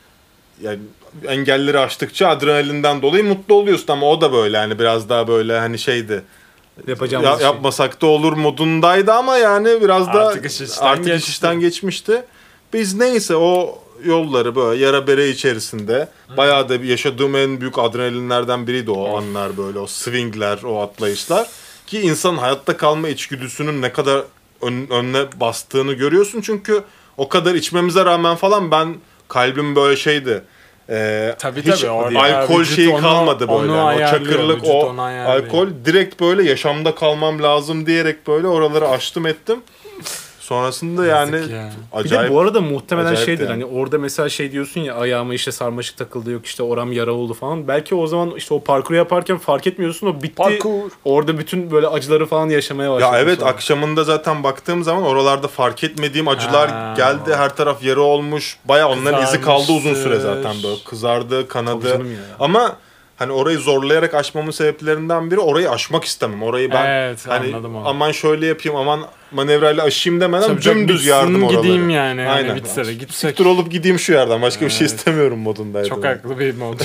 yani engelleri aştıkça adrenalinden dolayı mutlu oluyorsun ama o da böyle hani biraz daha böyle hani şeydi. Yapacağımız Ya, şey. yapmasak da olur modundaydı ama yani biraz da Artık iş işten artık iş geçti. işten geçmişti. Biz neyse o yolları böyle yara bere içerisinde bayağı da bir yaşadığım en büyük adrenalinlerden biriydi o anlar böyle o swingler, o atlayışlar. Ki insanın hayatta kalma içgüdüsünün ne kadar ön- önüne bastığını görüyorsun çünkü o kadar içmemize rağmen falan ben kalbim böyle şeydi. Ee, Tabii, hiç tabii, orada alkol vücut şeyi onu- kalmadı böyle. onu Yani o ayarlıyor, çakırlık, vücut o onu ayarlıyor. alkol direkt böyle yaşamda kalmam lazım diyerek böyle oraları açtım ettim. Sonrasında yani Yazık ya. Bir acayip de bu arada muhtemelen acayip şeydir yani. hani orada mesela şey diyorsun ya ayağıma işte sarmaşık takıldı yok işte oram yara oldu falan. Belki o zaman işte o parkuru yaparken fark etmiyorsun o bitti. Parkur. Orada bütün böyle acıları falan yaşamaya ya başladın. evet sonra. akşamında zaten baktığım zaman oralarda fark etmediğim acılar Ha. geldi. Her taraf yara olmuş. Baya onların izi kaldı uzun süre Kızarmıştır. zaten böyle. Kızardı, Tabii kanadı. canım ya. Ama hani orayı zorlayarak aşmamın sebeplerinden biri orayı aşmak istemem. Orayı ben Evet, hani anladım onu. aman şöyle yapayım, aman manevrayla aşayım demeden Tabii çok dümdüz bitsin, yardım oraları. gideyim yani. Hani Aynen. bitse de gitsek. Siktir olup gideyim şu yerden. Başka bir şey Evet. istemiyorum modundaydım. Çok haklı bir mod.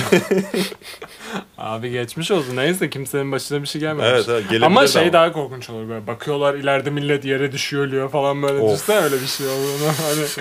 Abi geçmiş olsun. Neyse kimsenin başına bir şey gelmemiş. Evet, evet, gelebilir ama de şey ama. daha korkunç olur böyle. Bakıyorlar ileride millet yere düşüyor ölüyor falan böyle. Of. Düşünsene öyle bir şey olduğunu.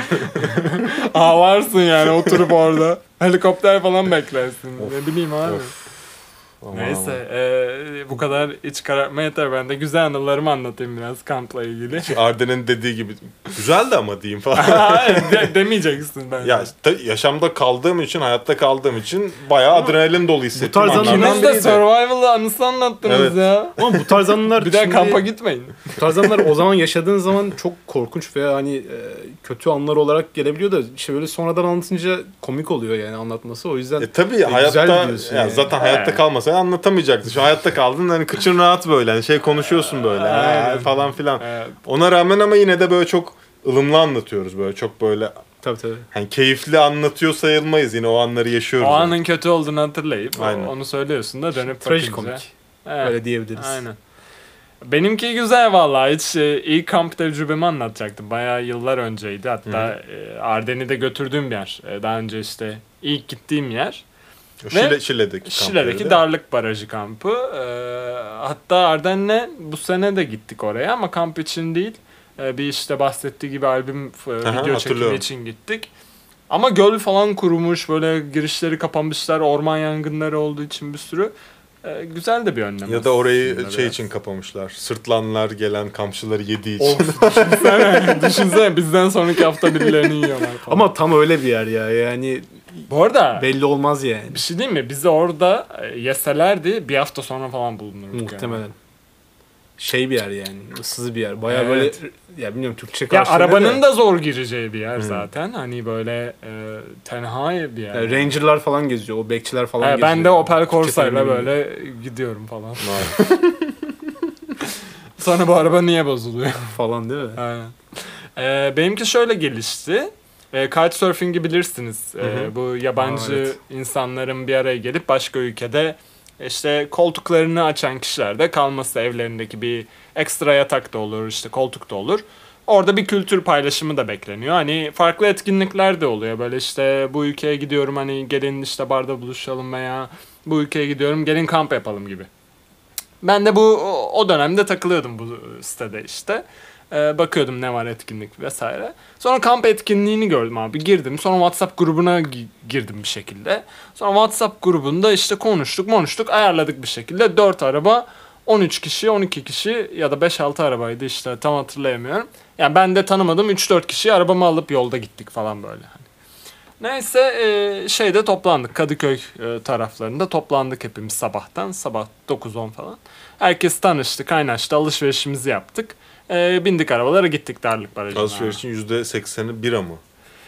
Hani ağlarsın yani oturup orada. Helikopter falan beklersin. Ne bileyim abi. Of. Aman Neyse eee, bu kadar iç karartma yeter. Ben de güzel anılarımı anlatayım biraz kampla ilgili. aman. Arden'in dediği gibi güzeldi ama diyeyim falan. de, demeyeceksin bence. Ya işte yaşamda kaldığım için, hayatta kaldığım için bayağı adrenalin dolu hissettim. tarz Anlardan anılar- İkiniz de biriydi. survival anısı anlattınız Evet. ya. Ama bu tarz anılar Bir daha şimdi- kampa gitmeyin. Bu tarz anılar o zaman yaşadığın zaman çok korkunç veya hani e, kötü anlar olarak gelebiliyor da işte böyle sonradan anlatınca komik oluyor yani anlatması. O yüzden E tabii güzel hayatta biliyorsun ya yani. zaten hayatta He. kalmasan anlatamayacaktın. Şu hayatta kaldın hani kıçın rahat böyle hani şey konuşuyorsun böyle Aynen. ha, falan filan. Evet. Ona rağmen ama yine de böyle çok ılımlı anlatıyoruz böyle çok böyle tabii tabii. hani keyifli anlatıyor sayılmayız yine o anları yaşıyoruz. O yani. anın kötü olduğunu hatırlayıp o- Aynen. onu söylüyorsun da dönüp Trajikomik. bakınca. Evet. Öyle diyebiliriz. Aynen. Benimki güzel vallahi. Hiç e, ilk kamp tecrübemi anlatacaktım. Bayağı yıllar önceydi. Hatta e, Arden'i de götürdüğüm bir yer. E, daha önce işte ilk gittiğim yer. Şile, Şile'deki kamp Şile'deki yeri de. Darlık Barajı kampı. E, hatta Arden'le bu sene de gittik oraya ama kamp için değil. E, bir işte bahsettiği gibi albüm e, video çekimi hatırlıyorum. için gittik. Ama göl falan kurumuş, böyle girişleri kapanmışlar, orman yangınları olduğu için bir sürü. E, güzel de bir önlem. Ya da orayı aslında şey biraz. için kapamışlar. Sırtlanlar gelen kamçıları yediği için. Of düşünsene, düşünsene bizden sonraki hafta birilerini yiyorlar falan. Ama tam öyle bir yer ya yani bu arada belli olmaz yani. bir şey diyeyim mi? Bizi orada e, yeselerdi bir hafta sonra falan bulunurduk. Muhtemelen. Yani. Şey bir yer yani. Issız bir yer. Bayağı Evet. böyle ya bilmiyorum Türkçe Ya karşılığı ne arabanın de. da zor gireceği bir yer Hı. zaten. Hani böyle e, tenha bir yer. Yani Ranger'lar falan geziyor. O bekçiler falan He, geziyor. ben de Opel Corsa'yla terimini böyle gidiyorum falan. Maalesef. Sonra bu araba niye bozuluyor? falan değil mi? Aynen. Ee, benimki şöyle gelişti. Ee, Couchsurfing'i bilirsiniz. Ee, Hı hı. bu yabancı Aa, evet. insanların bir araya gelip başka ülkede işte koltuklarını açan kişilerde kalması, evlerindeki bir ekstra yatak da olur, işte koltuk da olur. Orada bir kültür paylaşımı da bekleniyor. Hani farklı etkinlikler de oluyor. Böyle işte bu ülkeye gidiyorum hani gelin işte barda buluşalım veya bu ülkeye gidiyorum gelin kamp yapalım gibi. Ben de bu o- o dönemde takılıyordum bu sitede işte. Ee, bakıyordum ne var etkinlik vesaire. Sonra kamp etkinliğini gördüm abi. Girdim. Sonra WhatsApp grubuna gi- girdim bir şekilde. Sonra WhatsApp grubunda işte konuştuk konuştuk ayarladık bir şekilde. dört araba on üç kişi on iki kişi ya da beş altı arabaydı işte tam hatırlayamıyorum. Yani ben de tanımadığım üç dört kişi arabamı alıp yolda gittik falan böyle. Hani. Neyse e, şeyde toplandık. Kadıköy e, taraflarında toplandık hepimiz sabahtan. Sabah dokuz on falan. Herkes tanıştı, kaynaştı, alışverişimizi yaptık. E, bindik arabalara gittik Darlık Barajı'na. Alışverişin yüzde sekseni bira mı?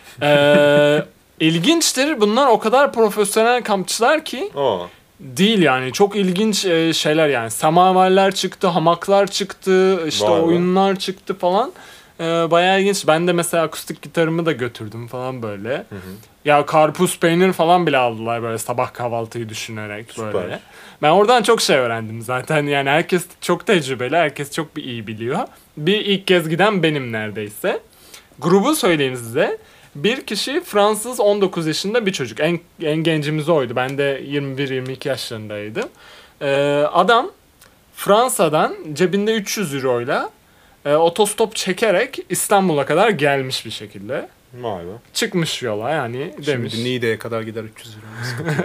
E, ilginçtir. Bunlar o kadar profesyonel kampçılar ki Aa. değil yani. Çok ilginç e, şeyler yani. Semaverler çıktı, hamaklar çıktı, işte Vay be. oyunlar çıktı falan. E, bayağı ilginç. Ben de mesela akustik gitarımı da götürdüm falan böyle. Hı hı. Ya karpuz peynir falan bile aldılar böyle sabah kahvaltıyı düşünerek Süper. böyle. Ben oradan çok şey öğrendim zaten yani herkes çok tecrübeli, herkes çok bir iyi biliyor. Bir ilk kez giden benim neredeyse. Grubu söyleyeyim size. Bir kişi Fransız on dokuz yaşında bir çocuk. En, en gencimiz oydu. Ben de yirmi bir yirmi iki yaşlarındaydım. Ee, adam Fransa'dan cebinde üç yüz euroyla e, otostop çekerek İstanbul'a kadar gelmiş bir şekilde. Vay be. Çıkmış yola yani demiş. Şimdi Niğde'ye kadar gider üç yüz lira.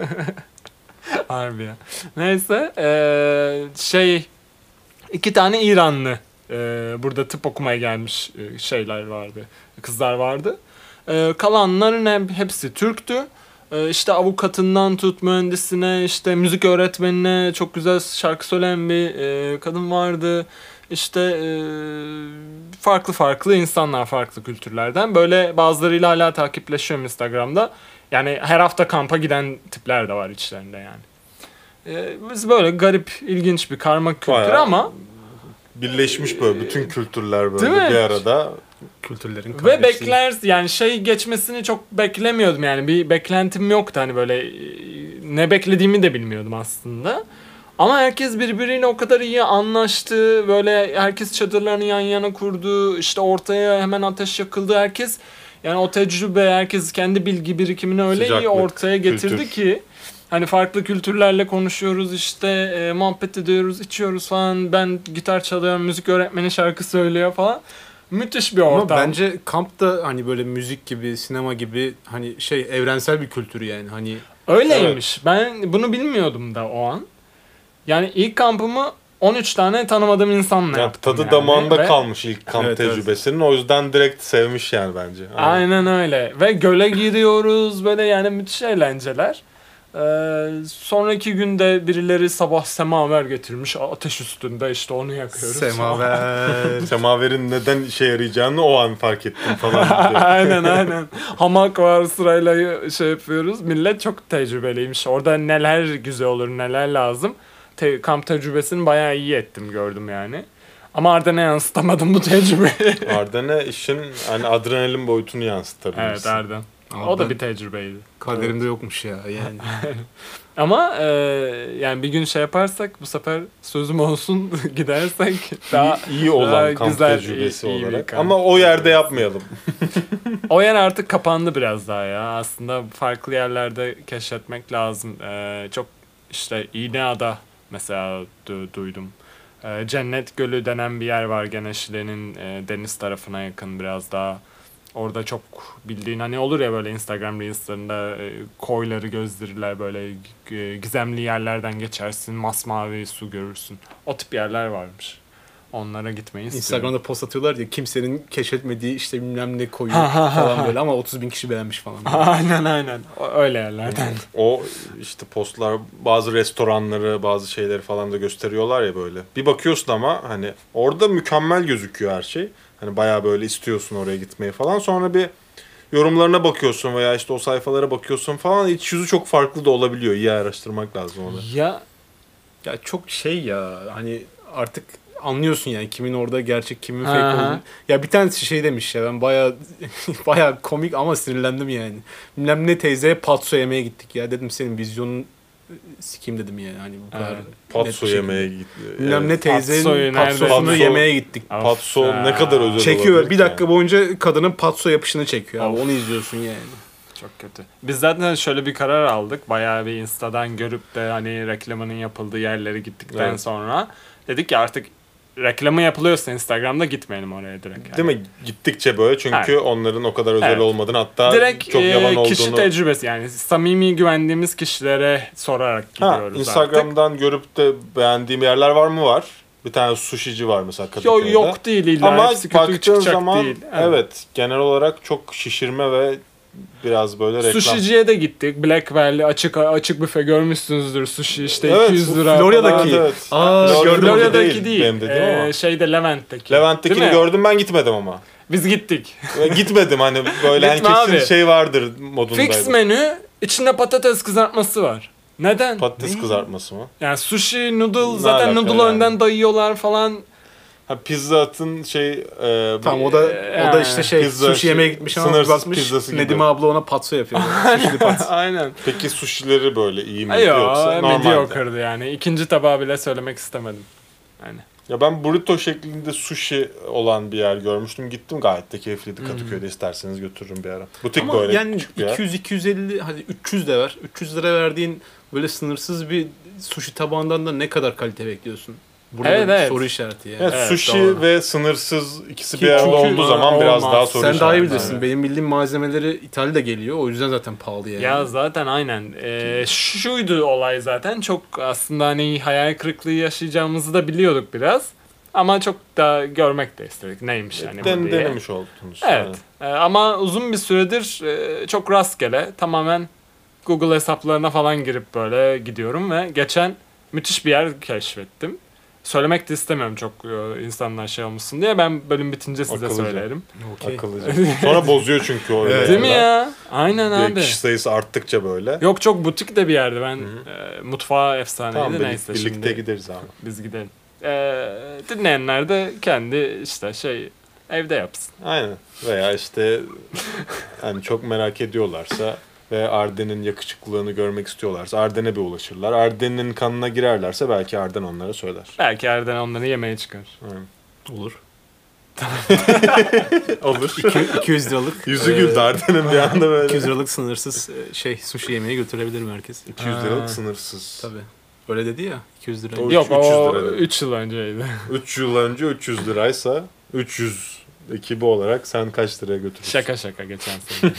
Harbi ya. Neyse eee, şey iki tane İranlı eee, burada tıp okumaya gelmiş eee, şeyler vardı. Kızlar vardı. Eee, kalanların hem- hepsi Türktü. Eee, işte avukatından tut mühendisine işte müzik öğretmenine çok güzel şarkı söyleyen bir eee, kadın vardı. İşte eee, farklı farklı insanlar farklı kültürlerden. Böyle bazılarıyla hala takipleşiyorum Instagram'da. Yani her hafta kampa giden tipler de var içlerinde yani. Ee, biz böyle garip, ilginç bir karma kültür Bayağı ama Birleşmiş böyle bütün kültürler böyle Değil mi? bir arada. Kültürlerin ve kardeşliği. bekler yani şey geçmesini çok beklemiyordum yani bir beklentim yoktu hani böyle e, ne beklediğimi de bilmiyordum aslında. Ama herkes birbiriyle o kadar iyi anlaştı. Böyle herkes çadırlarını yan yana kurdu. İşte ortaya hemen ateş yakıldı. Herkes yani o tecrübe, herkes kendi bilgi birikimini öyle Sıcaklık, iyi ortaya getirdi kültür. ki hani farklı kültürlerle konuşuyoruz işte e, muhabbet ediyoruz, içiyoruz falan. Ben gitar çalıyorum, müzik öğretmeni şarkı söylüyor falan. Müthiş bir ortam. Ama bence kamp da hani böyle müzik gibi, sinema gibi hani şey evrensel bir kültür yani. Hani Öyleymiş. Ben bunu bilmiyordum da o an. Yani ilk kampımı on üç tane tanımadığım insanla Ya, yaptım tadı yani. damağında Ve- kalmış ilk kamp Evet, evet. tecrübesinin. O yüzden direkt sevmiş yani bence. Aynen öyle. Ve göle giriyoruz böyle yani müthiş eğlenceler. Ee, sonraki günde birileri sabah semaver getirmiş. Ateş üstünde işte onu yakıyoruz. semaver. Semaverin neden işe yarayacağını o an fark ettim falan. diyor. Aynen aynen. Hamak var sırayla şey yapıyoruz. Millet çok tecrübeliymiş. Orada neler güzel olur neler lazım. Te- kamp tecrübesini bayağı iyi ettim gördüm yani. Ama Arden'e yansıtamadım bu tecrübeyi. Arda'na işin hani adrenalin boyutunu yansıtabilirsin. Evet Arden. Ama O da ben- bir tecrübeydi. Kaderimde yokmuş ya yani. Ama e, yani bir gün şey yaparsak bu sefer sözüm olsun gidersek daha İyi, iyi olan daha kamp güzel, tecrübesi iyi- iyi bir olarak. kamp Ama o yerde tecrübesi. yapmayalım. O yer artık kapandı biraz daha ya. Aslında farklı yerlerde keşfetmek lazım. Ee, çok işte İğneada mesela du- duydum. Ee, Cennet Gölü denen bir yer var gene Şile'nin e, deniz tarafına yakın biraz daha. Orada çok bildiğin hani olur ya böyle Instagram Reels'larında e, koyları gözdirirler böyle e, gizemli yerlerden geçersin masmavi su görürsün. O tip yerler varmış. Onlara gitmeyi istiyorum. Instagram'da post atıyorlar ya kimsenin keşfetmediği işte bilmem ne koyu Ha, ha, ha, falan ha. böyle ama otuz bin kişi beğenmiş falan. Aynen aynen. O- Öyle yerlerden. O işte postlar bazı restoranları, bazı şeyleri falan da gösteriyorlar ya böyle. Bir bakıyorsun ama hani orada mükemmel gözüküyor her şey. Hani bayağı böyle istiyorsun oraya gitmeyi falan. Sonra bir yorumlarına bakıyorsun veya işte o sayfalara bakıyorsun falan. İç yüzü çok farklı da olabiliyor. İyi araştırmak lazım onu. Ya Ya çok şey ya hani artık anlıyorsun yani kimin orada gerçek kimin fake Aha. olduğunu. Ya bir tanesi şey demiş ya ben baya baya komik ama sinirlendim yani. Bilmem ne teyzeye patso yemeye gittik ya dedim senin vizyonun sikeyim dedim yani hani bu kadar. Evet. net Patso bir şekilde. yemeye gitti. Bilmem ne Evet. teyzenin Patsoyu nerede- patsosunu Patso- yemeye gittik. Of Patso ya. ne kadar özel Çekiyor olabilir bir ki dakika yani. boyunca kadının patso yapışını çekiyor abi Of. onu izliyorsun yani. çok kötü. Biz zaten şöyle bir karar aldık. Bayağı bir Insta'dan görüp de hani reklamının yapıldığı yerlere gittikten Evet. sonra dedik ki artık reklamı yapılıyorsa Instagram'da gitmeyelim oraya direkt. Değil mi? Gittikçe böyle çünkü Evet. onların o kadar özel Evet. olmadığını hatta Direkt çok yalan e, kişi olduğunu... tecrübesi yani samimi güvendiğimiz kişilere sorarak Ha, gidiyoruz artık. Instagram'dan görüp de beğendiğim yerler var mı? Var. Bir tane sushici var mesela Yo, Kadıköy'de. yok değil illa Ama hepsi kötü baktığın çıkacak zaman değil. evet. genel olarak çok şişirme ve biraz böyle reklam. Sushi'ciye de gittik. Black Valley açık açık büfe görmüşsünüzdür sushi işte Evet, iki yüz lira. Florya'daki- falan. Evet, evet. Aa, Florya'daki gördüm. Florya'daki değil. Benim dediğim Ee, ama. şeyde Levent'teki. Levent'tekini Değil mi? gördüm ben gitmedim ama. Biz gittik. Ve gitmedim hani böyle hani Gitme kesin abi. şey vardır modundaydım. Fix menü içinde patates kızartması var. Neden? Patates Ne? kızartması mı? Yani sushi, noodle Ne zaten alaka noodle yani? önden dayıyorlar falan. Ha Pizza Hut'ın şey... E, Tamam o da o da işte şey Pizza sushi şey, yemeye gitmiş ama sınırsız bakmış pizzası gibi. Nedime abla ona patso yapıyor. Sushi patso. Aynen. Peki sushileri böyle iyi mi Ay yoksa yo, normalde? mediocre'dı yani. İkinci tabağı bile söylemek istemedim. Yani. Ya ben burrito şeklinde sushi olan bir yer görmüştüm. Gittim gayet de keyifliydi. Hmm. Kadıköy'de isterseniz götürürüm bir ara. Butik Ama böyle yani küçük bir yer. iki yüz iki yüz elli hadi üç yüz de ver. üç yüz lira verdiğin böyle sınırsız bir sushi tabağından da ne kadar kalite bekliyorsun? Burada Evet, bir evet. soru işareti yani. Yani Evet, sushi doğru. ve sınırsız ikisi Ki bir arada çünkü- olduğu zaman Aa, biraz olmaz. daha soru Sen daha iyi işareti. bilirsin. Yani. Benim bildiğim malzemeleri İtalya'da geliyor. O yüzden zaten pahalı yani. Ya zaten aynen. Ee, şuydu olay zaten. Çok aslında hani hayal kırıklığı yaşayacağımızı da biliyorduk biraz. Ama çok da görmek de istedik. Neymiş hani Den, bu diye. denemiş oldunuz. Evet. Ee, ama uzun bir süredir e, çok rastgele tamamen Google hesaplarına falan girip böyle gidiyorum ve geçen müthiş bir yer keşfettim. Söylemek de istemiyorum çok e, insanlar şey olmasın diye. Ben bölüm bitince size Akıllıca. söylerim. Okey. Akıllıca. Sonra bozuyor çünkü o öyle Değil mi yerler. ya? Aynen Bir abi. kişi sayısı arttıkça böyle. Yok çok butik de bir yerdi. Ben e, mutfağı efsaneydi. Tamam birlik- Neyse birlikte şimdi gideriz abi. biz gidelim. E, dinleyenler de kendi işte şey evde yapsın. Aynen. Veya işte hani çok merak ediyorlarsa ve Arden'in yakışıklılığını görmek istiyorlarsa Arden'e bir ulaşırlar. Arden'in kanına girerlerse belki Arden onlara söyler. Belki Erden onları yemeğe çıkar. Evet. Olur. Olur. iki yüz liralık. Yüzü e, güldü Arden'in bir anda böyle. iki yüz liralık sınırsız e, şey sushi yemeğe götürebilir mi herkes? iki yüz liralık Ha. sınırsız. Tabii. Öyle dedi ya. iki yüz lira. O- Yok üç yüz o lira dedi. üç yıl önceydi. üç yıl önce üç yüz liraysa üç yüz ekibi olarak sen kaç liraya götürürsün? Şaka şaka geçen sene.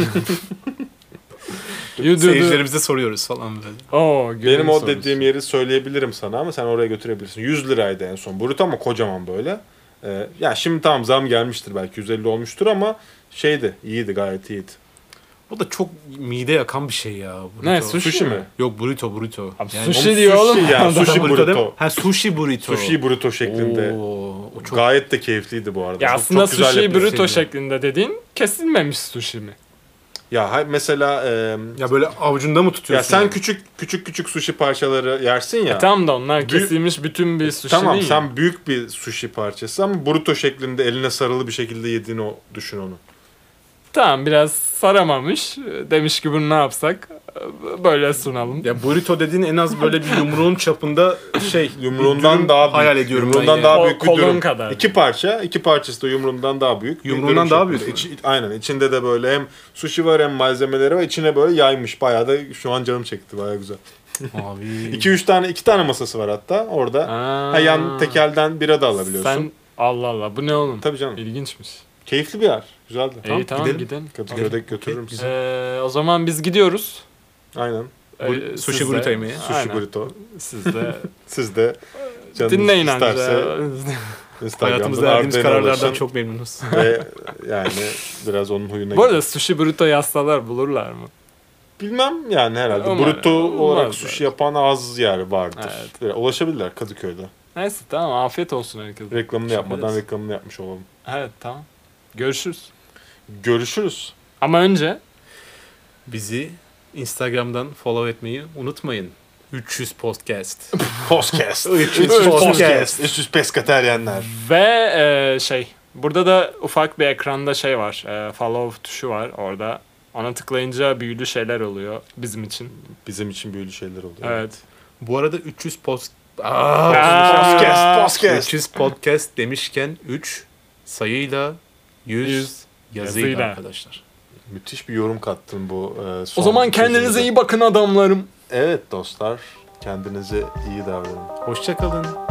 You do the- Seyircilerimize soruyoruz falan böyle. Oo, gönül Benim o sorusu. dediğim yeri söyleyebilirim sana ama sen oraya götürebilirsin. yüz liraydı en son. Brut ama kocaman böyle. Ee, ya şimdi tamam zam gelmiştir belki yüz elli olmuştur ama şeydi iyiydi gayet iyiydi. O da çok mide yakan bir şey ya. Burrito. Ne, sushi, Sushi mi? mi? Yok burrito burrito. Abi Yani sushi Oğlum diyor oğlum. ya, Adam. sushi burrito değil mi? burrito. Ha sushi burrito. Sushi burrito şeklinde. Oo, o çok Gayet de keyifliydi bu arada. Ya Çok- aslında çok güzel sushi yapıyor. burrito Şey şeklinde dediğin kesilmemiş sushi mi? Ya hay- mesela e, ya böyle avucunda mı ya tutuyorsun? sen yani? küçük küçük küçük sushi parçaları yersin ya. E tamam da onlar Büyük- kesilmiş bütün bir sushi Tamam değil. sen büyük bir sushi parçası ama burrito şeklinde eline sarılı bir şekilde yediğini o, düşün onu. Tamam biraz saramamış. Demiş ki bunu ne yapsak? Böyle sunalım. Ya burrito dediğin en az böyle bir yumruğun çapında şey Yumruğundan bir dürüm daha büyük. hayal ediyorum ben Yumruğundan yani. daha Kol- büyük bir kolun dürüm. kadar. İki parça, iki parçası da yumruğundan daha büyük. bir Yumruğundan dürüm daha şeklinde. büyük. İçi- aynen içinde de böyle hem sushi var hem malzemeleri var. İçine böyle yaymış. Bayağı da şu an canım çekti. Bayağı güzel. Abi. iki üç tane iki tane masası var hatta orada. Aa, Ha, yan tekelden bira da alabiliyorsun. Sen Allah Allah bu ne oğlum? Tabii canım. İlginçmiş. Keyifli bir yer. Güzeldi. İyi tamam gidelim. gidelim. Kadıköy'de götürürüm sizi. Ee, o zaman biz gidiyoruz. Aynen. Ee, Bu- sushi siz de- burrito yemeye. Sushi Aynen. burrito. Siz de Siz de canınız dinleyin isterse anca. Instagram'dan Hayatımızda verdiğimiz Arden'e kararlardan ulaşın çok memnunuz. ve yani biraz onun huyuna Bu arada gidin. sushi burrito yazsalar bulurlar mı? Bilmem yani herhalde. Umarım. Burrito olarak Umarım. sushi yapan az yer vardır. Evet. Böyle ulaşabilirler Kadıköy'de. Neyse tamam afiyet olsun herkese. Reklamını Teşekkür yapmadan ederiz. reklamını yapmış olalım. Evet tamam. Görüşürüz. Görüşürüz. Ama önce Bizi Instagram'dan follow etmeyi unutmayın. üç yüz podcast. Podcast. üç yüz Podcast. üç yüz peskateryenler. ve e, şey burada da ufak bir ekranda şey var. E, follow tuşu var orada. Ona tıklayınca büyülü şeyler oluyor bizim için. Bizim için büyülü şeyler oluyor. Evet. Bu arada üç yüz post Aa, Podcast. Podcast. üç yüz podcast demişken üç sayıyla yüz, Yüz yazıyla, yazıyla. arkadaşlar. Müthiş bir yorum kattın bu e, son O zaman kendinize sözümüze. iyi bakın adamlarım. Evet dostlar. Kendinize iyi davranın. Hoşça kalın.